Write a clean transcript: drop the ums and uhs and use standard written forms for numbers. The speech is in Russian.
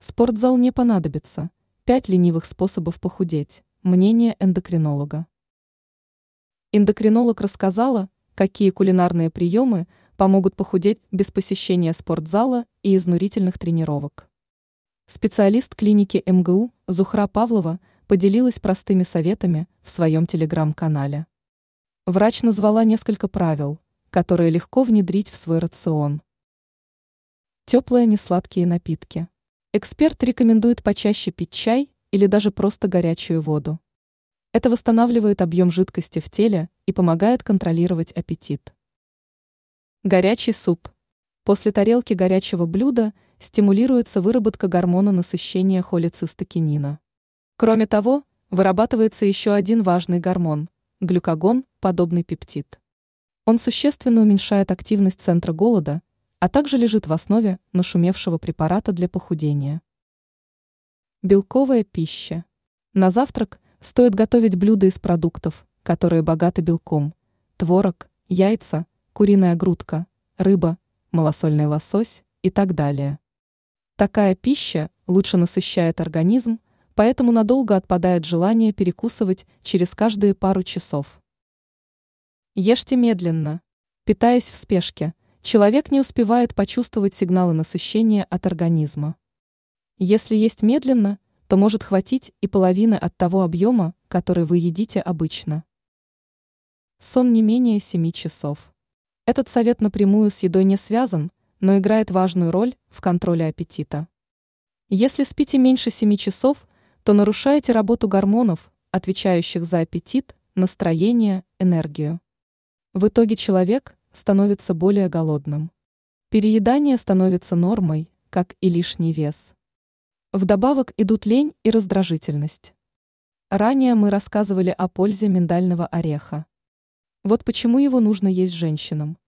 Спортзал не понадобится. 5 ленивых способов похудеть. Мнение эндокринолога. Эндокринолог рассказала, какие кулинарные приемы помогут похудеть без посещения спортзала и изнурительных тренировок. Специалист клиники МГУ Зухра Павлова поделилась простыми советами в своем телеграм-канале. Врач назвала несколько правил, которые легко внедрить в свой рацион. Теплые несладкие напитки. Эксперт рекомендует почаще пить чай или даже просто горячую воду. Это восстанавливает объем жидкости в теле и помогает контролировать аппетит. Горячий суп. После тарелки горячего блюда стимулируется выработка гормона насыщения холецистокинина. Кроме того, вырабатывается еще один важный гормон – глюкагон, подобный пептид. Он существенно уменьшает активность центра голода, а также лежит в основе нашумевшего препарата для похудения. Белковая пища. На завтрак стоит готовить блюда из продуктов, которые богаты белком: творог, яйца, куриная грудка, рыба, малосольный лосось и так далее. Такая пища лучше насыщает организм, поэтому надолго отпадает желание перекусывать через каждые пару часов. Ешьте медленно. Питаясь в спешке, человек не успевает почувствовать сигналы насыщения от организма. Если есть медленно, то может хватить и половины от того объема, который вы едите обычно. Сон не менее 7 часов. Этот совет напрямую с едой не связан, но играет важную роль в контроле аппетита. Если спите меньше 7 часов, то нарушаете работу гормонов, отвечающих за аппетит, настроение, энергию. В итоге человек становится более голодным. Переедание становится нормой, как и лишний вес. Вдобавок идут лень и раздражительность. Ранее мы рассказывали о пользе миндального ореха. Вот почему его нужно есть женщинам.